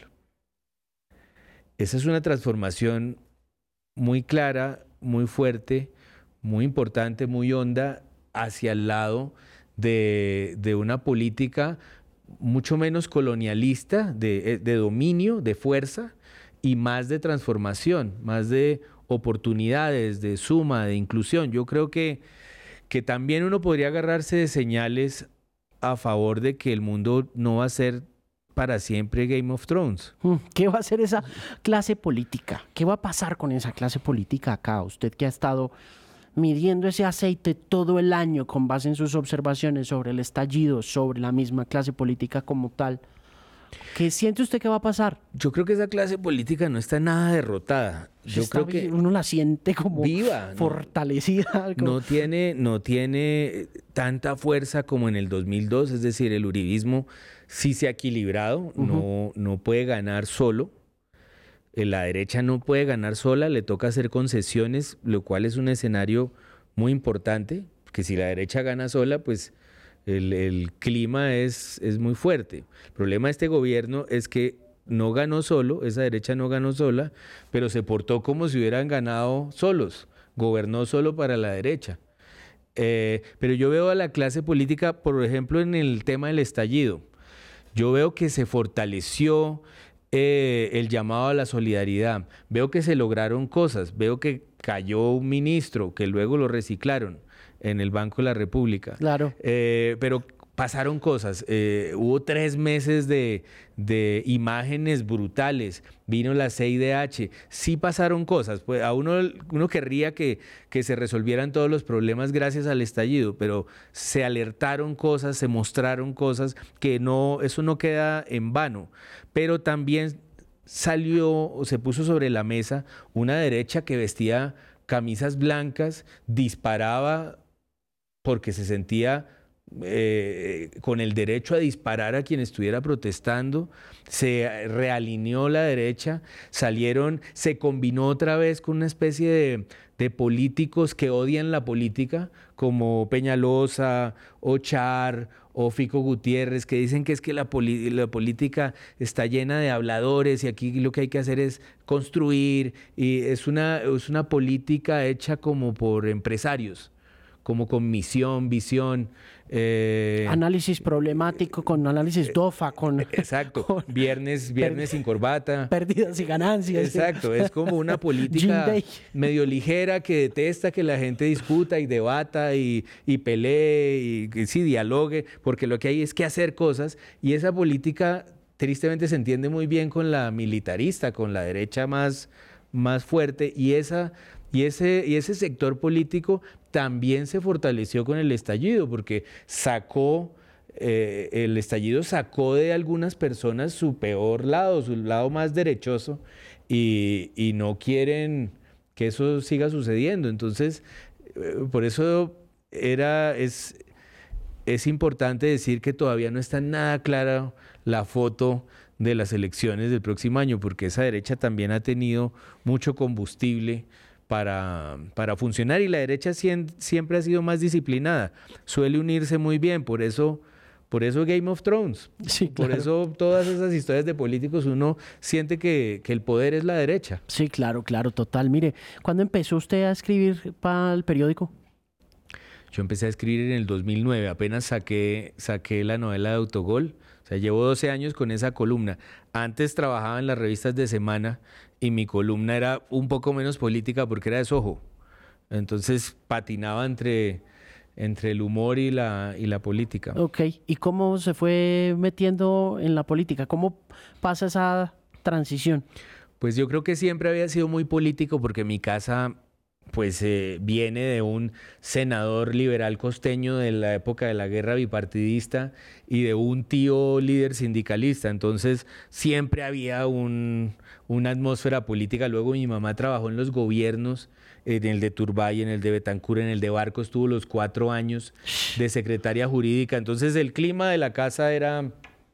Speaker 2: Esa es una transformación muy clara, muy fuerte, muy importante, muy honda hacia el lado de, de una política mucho menos colonialista, de, de dominio, de fuerza, y más de transformación, más de oportunidades, de suma, de inclusión. Yo creo que, que también uno podría agarrarse de señales a favor de que el mundo no va a ser para siempre Game of Thrones.
Speaker 1: ¿Qué va a hacer esa clase política? ¿Qué va a pasar con esa clase política acá? Usted que ha estado midiendo ese aceite todo el año con base en sus observaciones sobre el estallido, sobre la misma clase política como tal. ¿Qué siente usted que va a pasar?
Speaker 2: Yo creo que esa clase política no está nada derrotada. Yo
Speaker 1: Está
Speaker 2: creo que
Speaker 1: uno la siente como
Speaker 2: viva,
Speaker 1: fortalecida.
Speaker 2: No,
Speaker 1: como...
Speaker 2: no tiene, no tiene tanta fuerza como en el dos mil dos, es decir, el uribismo sí se ha equilibrado, uh-huh. no, no puede ganar solo. La derecha no puede ganar sola, le toca hacer concesiones, lo cual es un escenario muy importante, porque si la derecha gana sola, pues el, el clima es, es muy fuerte. El problema de este gobierno es que no ganó solo, esa derecha no ganó sola, pero se portó como si hubieran ganado solos, gobernó solo para la derecha. Eh, pero yo veo a la clase política, por ejemplo, en el tema del estallido, yo veo que se fortaleció eh, el llamado a la solidaridad, veo que se lograron cosas, veo que cayó un ministro, que luego lo reciclaron en el Banco de la República.
Speaker 1: Claro.
Speaker 2: Eh, pero pasaron cosas, eh, hubo tres meses de, de imágenes brutales, vino la C I D H, sí pasaron cosas, pues a uno, uno querría que, que se resolvieran todos los problemas gracias al estallido, pero se alertaron cosas, se mostraron cosas que no, eso no queda en vano, pero también salió o se puso sobre la mesa una derecha que vestía camisas blancas, disparaba porque se sentía Eh, con el derecho a disparar a quien estuviera protestando, se realineó la derecha, salieron, se combinó otra vez con una especie de, de políticos que odian la política, como Peñalosa, o Char, o Fico Gutiérrez, que dicen que es que la, la política está llena de habladores y aquí lo que hay que hacer es construir, y es una, es una política hecha como por empresarios, como con misión, visión.
Speaker 1: Eh, análisis problemático, con análisis eh, DOFA, con...
Speaker 2: Exacto, con viernes, viernes sin corbata.
Speaker 1: Pérdidas y ganancias.
Speaker 2: Exacto, es como una política medio ligera que detesta que la gente discuta y debata y, y pelee y, y sí, dialogue, porque lo que hay es que hacer cosas, y esa política tristemente se entiende muy bien con la militarista, con la derecha más, más fuerte, y esa... Y ese, y ese sector político también se fortaleció con el estallido, porque sacó, eh, el estallido sacó de algunas personas su peor lado, su lado más derechoso, y, y no quieren que eso siga sucediendo. Entonces, eh, por eso era, es, es importante decir que todavía no está nada clara la foto de las elecciones del próximo año, porque esa derecha también ha tenido mucho combustible Para, para funcionar, y la derecha siempre ha sido más disciplinada, suele unirse muy bien, por eso, por eso Game of Thrones,
Speaker 1: sí, claro.
Speaker 2: Por eso todas esas historias de políticos, uno siente que, que el poder es la derecha.
Speaker 1: Sí, claro, claro, total. Mire, ¿cuándo empezó usted a escribir para el periódico?
Speaker 2: Yo empecé a escribir en el dos mil nueve, apenas saqué, saqué la novela de Autogol, o sea, llevo doce años con esa columna. Antes trabajaba en las revistas de semana y mi columna era un poco menos política porque era de Soho. Entonces patinaba entre, entre el humor y la, y la política.
Speaker 1: Ok, ¿y cómo se fue metiendo en la política? ¿Cómo pasa esa transición?
Speaker 2: Pues yo creo que siempre había sido muy político porque mi casa pues eh, viene de un senador liberal costeño de la época de la guerra bipartidista y de un tío líder sindicalista. Entonces siempre había un, una atmósfera política. Luego mi mamá trabajó en los gobiernos, en el de Turbay, en el de Betancur, en el de Barco, estuvo los cuatro años de secretaria jurídica. Entonces el clima de la casa era...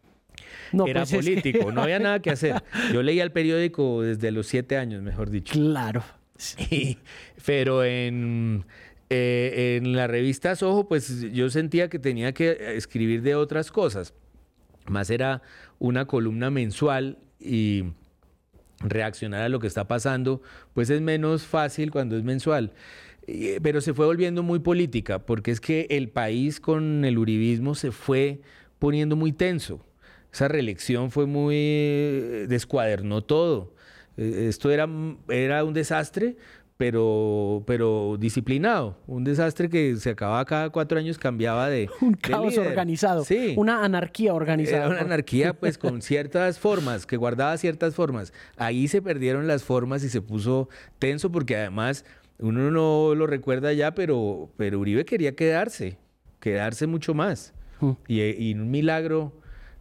Speaker 2: No, era pues político, es que... no había nada que hacer. Yo leía el periódico desde los siete años, mejor dicho.
Speaker 1: Claro.
Speaker 2: Sí, pero en, eh, en la revista Soho, pues yo sentía que tenía que escribir de otras cosas. Más era una columna mensual y reaccionar a lo que está pasando, pues es menos fácil cuando es mensual. Pero se fue volviendo muy política, porque es que el país con el uribismo se fue poniendo muy tenso. Esa reelección fue muy... descuadernó todo. Esto era, era un desastre, pero, pero disciplinado. Un desastre que se acababa cada cuatro años, cambiaba de
Speaker 1: Un caos
Speaker 2: de
Speaker 1: organizado.
Speaker 2: Sí.
Speaker 1: Una anarquía organizada.
Speaker 2: Era una anarquía pues con ciertas formas, que guardaba ciertas formas. Ahí se perdieron las formas y se puso tenso porque además uno no lo recuerda ya, pero, pero Uribe quería quedarse, quedarse mucho más. Mm. Y, y un milagro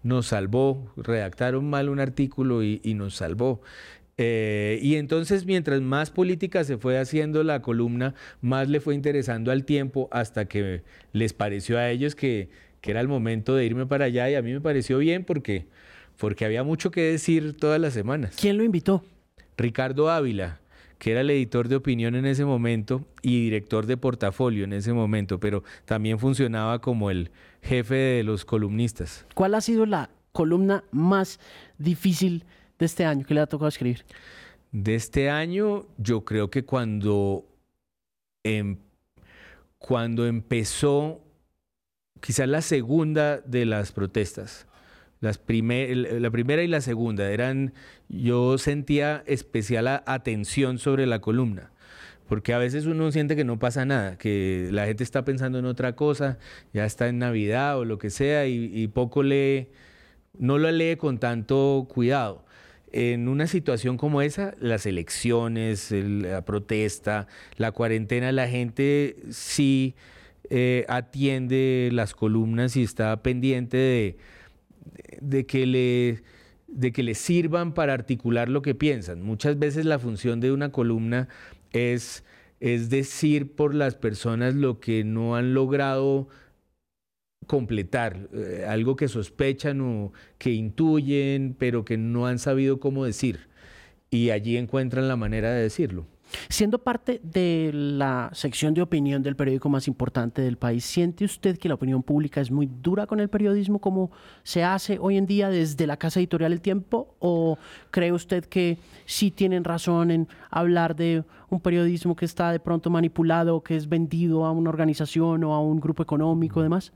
Speaker 2: nos salvó, redactaron mal un artículo y, y nos salvó. Eh, y entonces mientras más política se fue haciendo la columna, más le fue interesando al Tiempo, hasta que les pareció a ellos que, que era el momento de irme para allá, y a mí me pareció bien porque, porque había mucho que decir todas las semanas.
Speaker 1: ¿Quién lo invitó?
Speaker 2: Ricardo Ávila, que era el editor de opinión en ese momento y director de portafolio en ese momento, pero también funcionaba como el jefe de los columnistas.
Speaker 1: ¿Cuál ha sido la columna más difícil de este año que le ha tocado escribir?
Speaker 2: De este año, yo creo que cuando, em, cuando empezó quizás la segunda de las protestas, las primer, la primera y la segunda, eran, yo sentía especial atención sobre la columna, porque a veces uno siente que no pasa nada, que la gente está pensando en otra cosa, ya está en Navidad o lo que sea, y, y poco lee, no lo lee con tanto cuidado. En una situación como esa, las elecciones, la protesta, la cuarentena, la gente sí eh, atiende las columnas y está pendiente de, de, que le, de que le sirvan para articular lo que piensan. Muchas veces la función de una columna es, es decir por las personas lo que no han logrado completar, eh, algo que sospechan o que intuyen, pero que no han sabido cómo decir. Y allí encuentran la manera de decirlo.
Speaker 1: Siendo parte de la sección de opinión del periódico más importante del país, ¿siente usted que la opinión pública es muy dura con el periodismo como se hace hoy en día desde la casa editorial El Tiempo? ¿O cree usted que sí tienen razón en hablar de un periodismo que está de pronto manipulado, que es vendido a una organización o a un grupo económico y demás?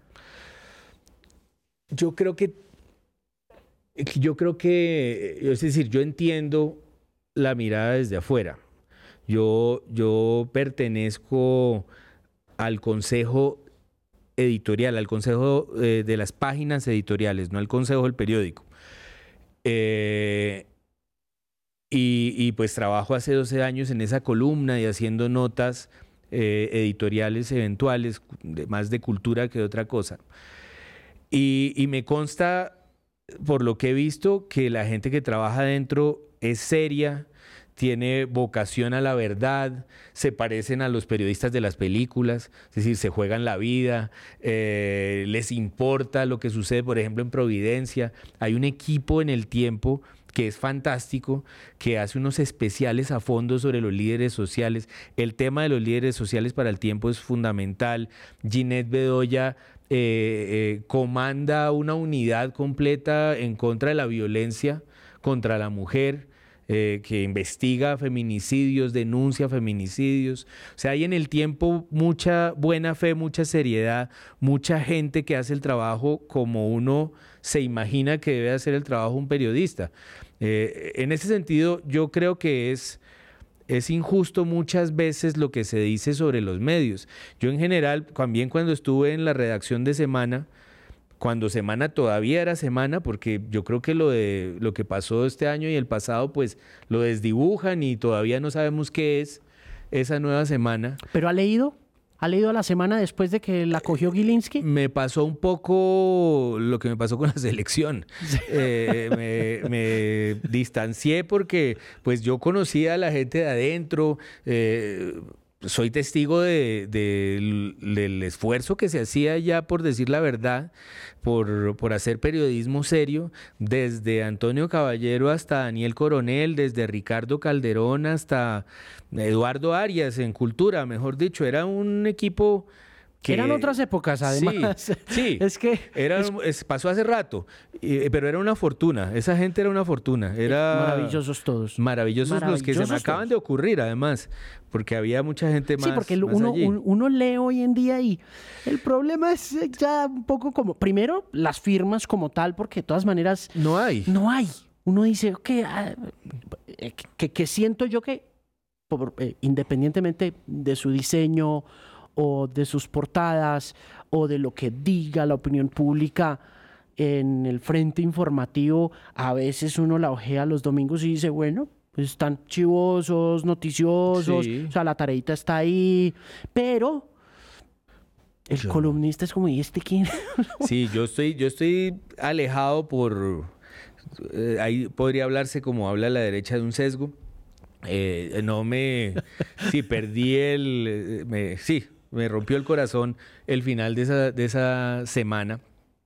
Speaker 2: Yo creo que, yo creo que, es decir, yo entiendo la mirada desde afuera. Yo, yo pertenezco al consejo editorial, al consejo eh, de las páginas editoriales, no al consejo del periódico. Eh, y, y pues trabajo hace doce años en esa columna y haciendo notas eh, editoriales eventuales, de, más de cultura que de otra cosa. Y, y me consta, por lo que he visto, que la gente que trabaja adentro es seria, tiene vocación a la verdad, se parecen a los periodistas de las películas, es decir, se juegan la vida, eh, les importa lo que sucede, por ejemplo, en Providencia. Hay un equipo en El Tiempo que es fantástico, que hace unos especiales a fondo sobre los líderes sociales. El tema de los líderes sociales para El Tiempo es fundamental. Ginette Bedoya eh, eh, comanda una unidad completa en contra de la violencia contra la mujer, Eh, que investiga feminicidios, denuncia feminicidios. O sea, hay en El Tiempo mucha buena fe, mucha seriedad, mucha gente que hace el trabajo como uno se imagina que debe hacer el trabajo un periodista. Eh, en ese sentido, yo creo que es, es injusto muchas veces lo que se dice sobre los medios. Yo en general, también cuando estuve en la redacción de Semana, cuando Semana todavía era Semana, porque yo creo que lo de lo que pasó este año y el pasado, pues lo desdibujan y todavía no sabemos qué es esa nueva Semana.
Speaker 1: ¿Pero ha leído? ¿Ha leído a la Semana después de que la cogió Gilinski?
Speaker 2: Me pasó un poco lo que me pasó con la selección. Eh, me, me distancié porque pues yo conocía a la gente de adentro, eh, soy testigo de, de, del esfuerzo que se hacía ya por decir la verdad, por, por hacer periodismo serio, desde Antonio Caballero hasta Daniel Coronel, desde Ricardo Calderón hasta Eduardo Arias en Cultura, mejor dicho, era un equipo que...
Speaker 1: Eran otras épocas, además.
Speaker 2: Sí, sí.
Speaker 1: Es que...
Speaker 2: Era, es, pasó hace rato, eh, pero era una fortuna. Esa gente era una fortuna. Era
Speaker 1: maravillosos todos.
Speaker 2: Maravillosos, maravillosos los que se me acaban todos. de ocurrir, además, porque había mucha gente más.
Speaker 1: Sí, porque
Speaker 2: más
Speaker 1: uno,
Speaker 2: allí.
Speaker 1: Un, uno lee hoy en día y el problema es ya un poco como... Primero, las firmas como tal, porque de todas maneras...
Speaker 2: No hay.
Speaker 1: No hay. Uno dice, ok, ah, que, que siento yo que, por, eh, independientemente de su diseño o de sus portadas, o de lo que diga la opinión pública en el frente informativo, a veces uno la ojea los domingos y dice, bueno, pues están chivosos, noticiosos, sí. O sea, la tareita está ahí, pero El yo columnista no. Es como, ¿y este quién?
Speaker 2: Sí, yo estoy, yo estoy alejado por... Eh, ahí podría hablarse como habla la derecha de un sesgo. Eh, no me... Sí, perdí el... Me, sí, me rompió el corazón el final de esa, de esa semana.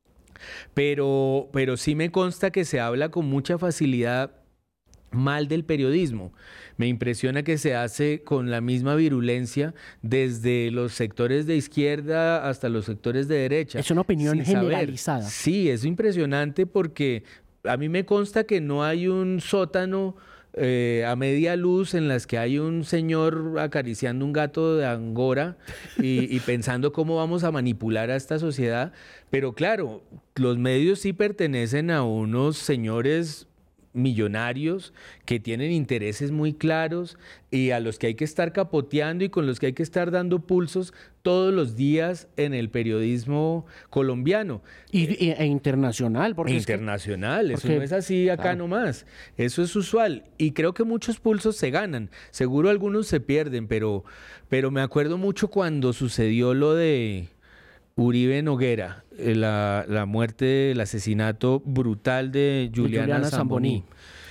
Speaker 2: Pero, pero sí me consta que se habla con mucha facilidad mal del periodismo. Me impresiona que se hace con la misma virulencia desde los sectores de izquierda hasta los sectores de derecha.
Speaker 1: Es una opinión generalizada.
Speaker 2: Saber. Sí, es impresionante porque a mí me consta que no hay un sótano eh, a media luz en las que hay un señor acariciando un gato de Angora y, y pensando cómo vamos a manipular a esta sociedad. Pero claro, los medios sí pertenecen a unos señores millonarios que tienen intereses muy claros y a los que hay que estar capoteando y con los que hay que estar dando pulsos todos los días en el periodismo colombiano.
Speaker 1: Y, y, e internacional. Porque
Speaker 2: e internacional,
Speaker 1: es que,
Speaker 2: eso
Speaker 1: porque,
Speaker 2: no es así acá claro. nomás. Eso es usual. Y creo que muchos pulsos se ganan. Seguro algunos se pierden, pero, pero me acuerdo mucho cuando sucedió lo de Uribe Noguera, la, la muerte, el asesinato brutal de Juliana, Juliana Zamboni.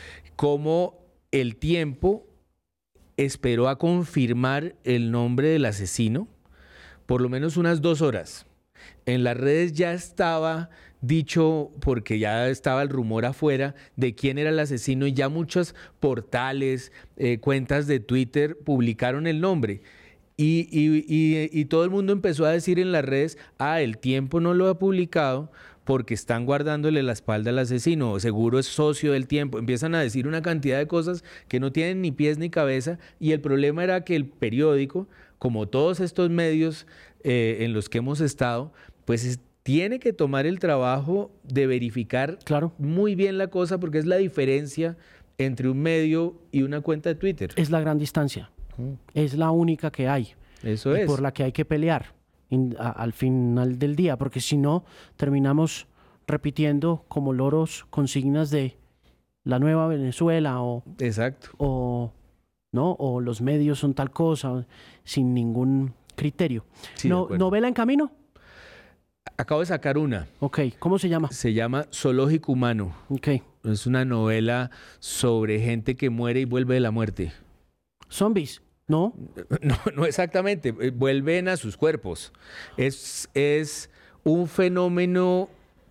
Speaker 2: Cómo el Tiempo esperó a confirmar el nombre del asesino por lo menos unas dos horas. En las redes ya estaba dicho, porque ya estaba el rumor afuera de quién era el asesino y ya muchos portales, eh, cuentas de Twitter publicaron el nombre. Y, y, y, y todo el mundo empezó a decir en las redes, ah, el Tiempo no lo ha publicado porque están guardándole la espalda al asesino, seguro es socio del Tiempo. Empiezan a decir una cantidad de cosas que no tienen ni pies ni cabeza y el problema era que el periódico, como todos estos medios eh, en los que hemos estado, pues es, tiene que tomar el trabajo de verificar
Speaker 1: claro.
Speaker 2: muy bien la cosa porque es la diferencia entre un medio y una cuenta de Twitter.
Speaker 1: Es la gran distancia. Es la única que hay.
Speaker 2: Eso es.
Speaker 1: Y por la que hay que pelear in, a, al final del día, porque si no, terminamos repitiendo como loros consignas de la nueva Venezuela o...
Speaker 2: Exacto.
Speaker 1: O, ¿no? O los medios son tal cosa, sin ningún criterio.
Speaker 2: Sí,
Speaker 1: no, ¿Novela en camino?
Speaker 2: Acabo de sacar una.
Speaker 1: Ok, ¿cómo se llama?
Speaker 2: Se llama Zoológico Humano.
Speaker 1: Ok.
Speaker 2: Es una novela sobre gente que muere y vuelve de la muerte.
Speaker 1: ¿Zombies? ¿No?
Speaker 2: No, no exactamente. Vuelven a sus cuerpos. Es, es un fenómeno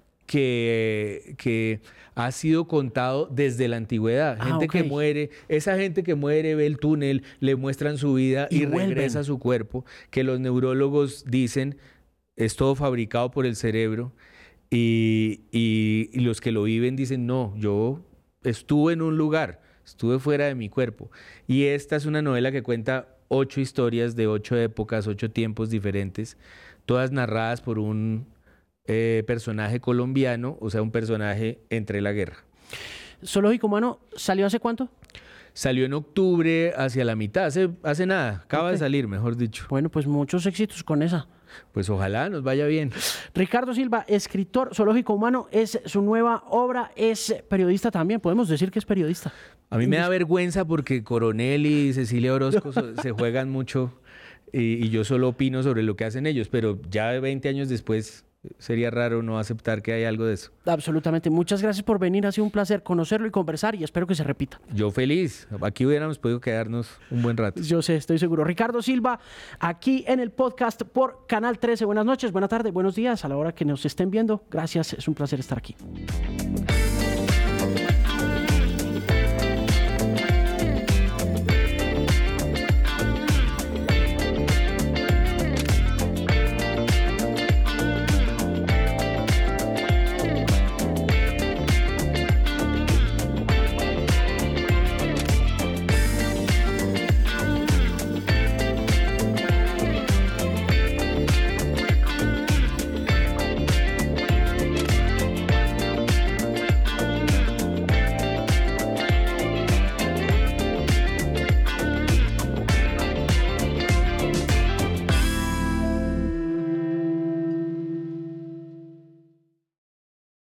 Speaker 2: que, que ha sido contado desde la antigüedad.
Speaker 1: Ah,
Speaker 2: gente
Speaker 1: okay.
Speaker 2: que muere, esa gente que muere ve el túnel, le muestran su vida y, y regresa a su cuerpo, que los neurólogos dicen es todo fabricado por el cerebro y, y, y los que lo viven dicen no, yo estuve en un lugar. Estuve fuera de mi cuerpo. Y esta es una novela que cuenta ocho historias de ocho épocas, ocho tiempos diferentes, todas narradas por un eh, personaje colombiano, o sea, un personaje entre la guerra.
Speaker 1: ¿Zoológico Humano salió hace cuánto?
Speaker 2: Salió en octubre, hacia la mitad, hace, hace nada, acaba okay. de salir, mejor dicho.
Speaker 1: Bueno, pues muchos éxitos con esa.
Speaker 2: Pues ojalá nos vaya bien.
Speaker 1: Ricardo Silva, escritor, Zoológico Humano, es su nueva obra, es periodista también, podemos decir que es periodista.
Speaker 2: A mí me da vergüenza porque Coronel y Cecilia Orozco se juegan mucho y, y yo solo opino sobre lo que hacen ellos, pero ya veinte años después sería raro no aceptar que hay algo de eso.
Speaker 1: Absolutamente. Muchas gracias por venir. Ha sido un placer conocerlo y conversar y espero que se repita.
Speaker 2: Yo feliz. Aquí hubiéramos podido quedarnos un buen rato.
Speaker 1: Yo sé, estoy seguro. Ricardo Silva, aquí en el podcast por Canal trece. Buenas noches, buenas tardes, buenos días a la hora que nos estén viendo. Gracias, es un placer estar aquí.